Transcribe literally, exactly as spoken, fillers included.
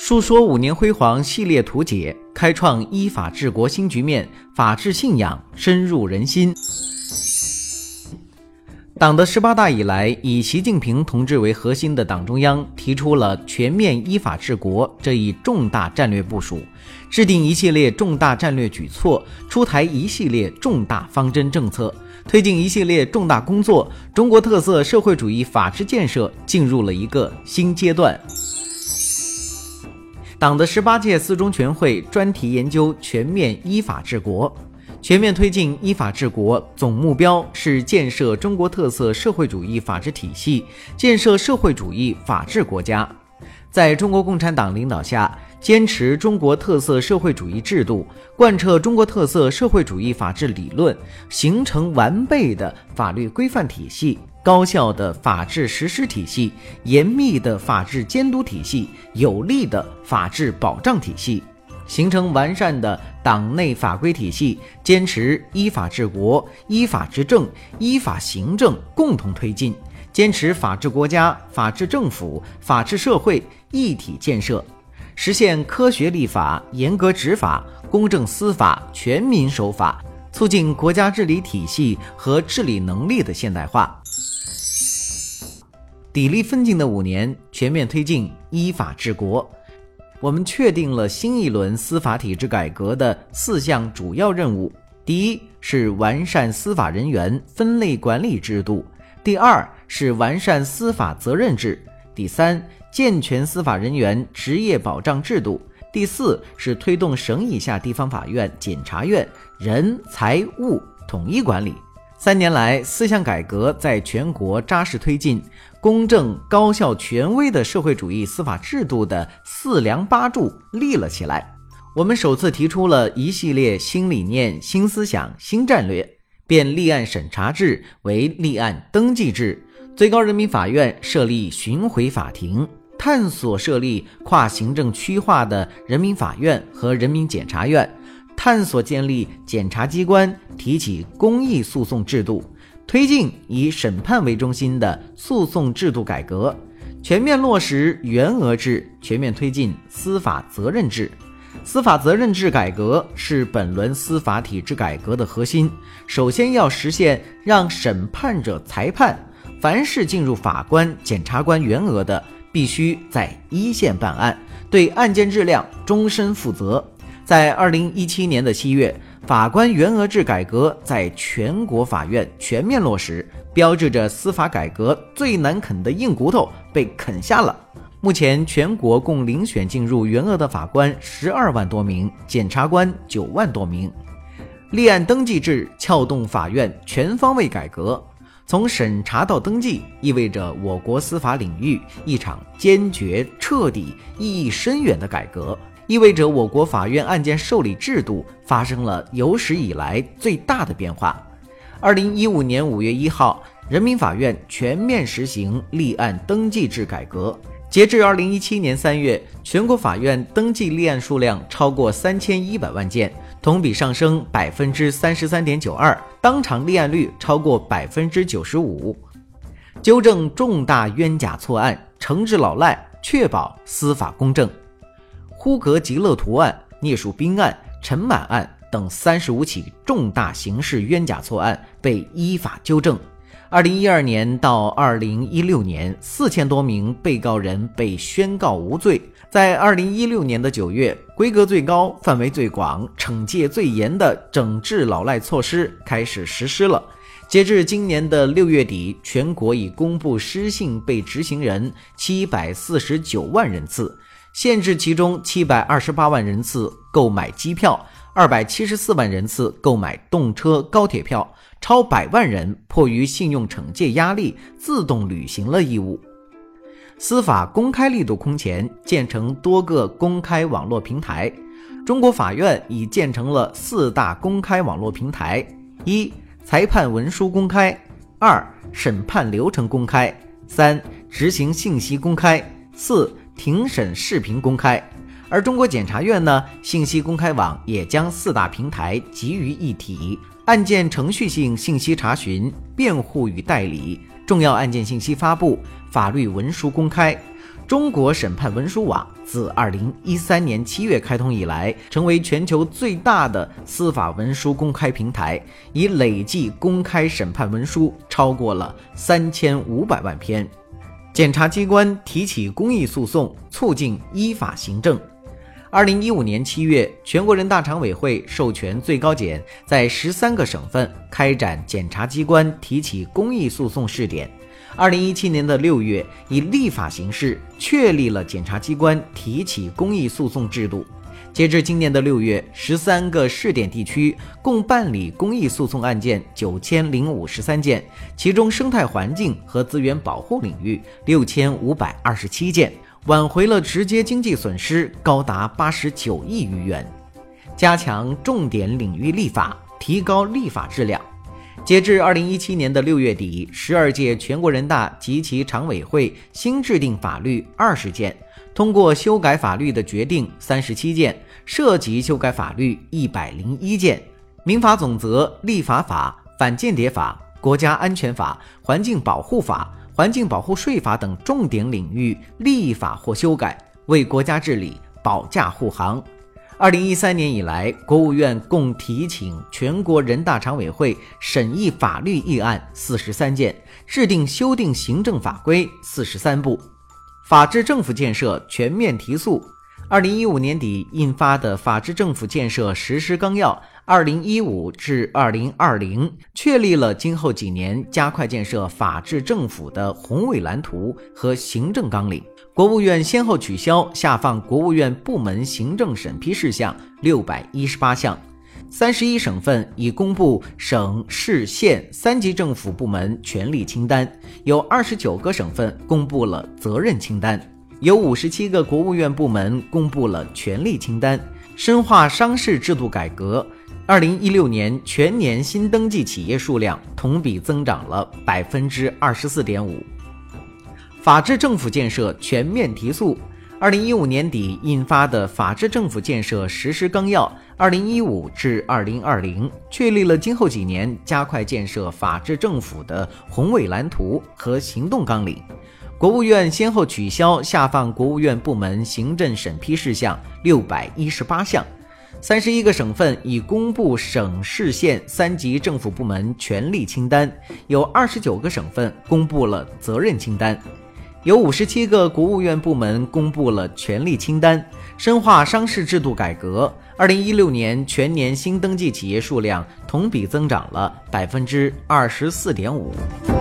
述说五年辉煌系列图解，开创依法治国新局面，法治信仰深入人心。党的十八大以来，以习近平同志为核心的党中央提出了全面依法治国这一重大战略部署，制定一系列重大战略举措，出台一系列重大方针政策，推进一系列重大工作，中国特色社会主义法治建设进入了一个新阶段。党的十八届四中全会专题研究全面依法治国。全面推进依法治国总目标是建设中国特色社会主义法治体系，建设社会主义法治国家。在中国共产党领导下，坚持中国特色社会主义制度，贯彻中国特色社会主义法治理论，形成完备的法律规范体系，高效的法治实施体系，严密的法治监督体系，有力的法治保障体系，形成完善的党内法规体系，坚持依法治国、依法治政、依法行政共同推进，坚持法治国家、法治政府、法治社会一体建设，实现科学立法、严格执法、公正司法、全民守法，促进国家治理体系和治理能力的现代化。砥砺奋进的五年，全面推进依法治国。我们确定了新一轮司法体制改革的四项主要任务：第一是完善司法人员分类管理制度；第二是完善司法责任制；第三，健全司法人员职业保障制度；第四是推动省以下地方法院、检察院人财物统一管理。三年来，四项改革在全国扎实推进，公正、高效、权威的社会主义司法制度的四梁八柱立了起来。我们首次提出了一系列新理念、新思想、新战略，变立案审查制为立案登记制，最高人民法院设立巡回法庭，探索设立跨行政区划的人民法院和人民检察院，探索建立检察机关提起公益诉讼制度，推进以审判为中心的诉讼制度改革，全面落实员额制，全面推进司法责任制。司法责任制改革是本轮司法体制改革的核心，首先要实现让审判者裁判，凡是进入法官、检察官员额的，必须在一线办案，对案件质量终身负责。在二零一七年的七月，法官员额制改革在全国法院全面落实，标志着司法改革最难啃的硬骨头被啃下了。目前全国共遴选进入员额的法官十二万多名，检察官九万多名。立案登记制撬动法院全方位改革，从审查到登记，意味着我国司法领域一场坚决、彻底、意义深远的改革，意味着我国法院案件受理制度发生了有史以来最大的变化。二零一五年五月一号，人民法院全面实行立案登记制改革。截至二零一七年三月，全国法院登记立案数量超过三千一百万件，同比上升百分之三十三点九二，当场立案率超过百分之九十五。纠正重大冤假错案，惩治老赖，确保司法公正。呼格吉勒图案、聂树斌案、陈满案等三十五起重大刑事冤假错案被依法纠正。二零一二年到二零一六年，四千多名被告人被宣告无罪。在二零一六年的九月，规格最高、范围最广、惩戒最严的整治老赖措施开始实施了。截至今年的六月底，全国已公布失信被执行人七百四十九万人次，限制其中七百二十八万人次购买机票，二百七十四万人次购买动车、高铁票，超百万人迫于信用惩戒压力自动履行了义务。司法公开力度空前，建成多个公开网络平台。中国法院已建成了四大公开网络平台：一、裁判文书公开；二、审判流程公开；三、执行信息公开；四、庭审视频公开。而中国检察院呢，信息公开网也将四大平台集于一体，案件程序性信息查询、辩护与代理、重要案件信息发布、法律文书公开。 中国审判文书网自二零一三年七月开通以来，成为全球最大的司法文书公开平台，已累计公开审判文书超过了三千五百万篇。检察机关提起公益诉讼，促进依法行政。二零一五年七月，全国人大常委会授权最高检在十三个省份开展检察机关提起公益诉讼试点。二零一七年的六月，以立法形式确立了检察机关提起公益诉讼制度。截至今年的六月，十三个试点地区共办理公益诉讼案件九千零五十三件，其中生态环境和资源保护领域六千五百二十七件，挽回了直接经济损失高达八十九亿余元。加强重点领域立法，提高立法质量。截至二零一七年的六月底，十二届全国人大及其常委会新制定法律二十件，通过修改法律的决定三十七件，涉及修改法律一百零一件。民法总则、立法法、反间谍法、国家安全法、环境保护法、环境保护税法等重点领域立法或修改，为国家治理保驾护航。二零一三年以来，国务院共提请全国人大常委会审议法律议案四十三件，制定修订行政法规四十三部。法治政府建设全面提速。二零一五年底印发的《法治政府建设实施纲要 二零一五至二零二零》确立了今后几年加快建设法治政府的宏伟蓝图和行政纲领。国务院先后取消下放国务院部门行政审批事项六百一十八项，三十一省份已公布省市县三级政府部门权力清单，有二十九个省份公布了责任清单，有五十七个国务院部门公布了权力清单。深化商事制度改革，二零一六年全年新登记企业数量同比增长了 百分之二十四点五。法治政府建设全面提速。二零一五年底印发的《法治政府建设实施纲要 二零一五至二零二零》确立了今后几年加快建设法治政府的宏伟蓝图和行动纲领。国务院先后取消下放国务院部门行政审批事项六百一十八项，三十一个省份已公布省市县三级政府部门权力清单，有二十九个省份公布了责任清单，有五十七个国务院部门公布了权力清单。深化商事制度改革，二零一六年全年新登记企业数量同比增长了 百分之二十四点五。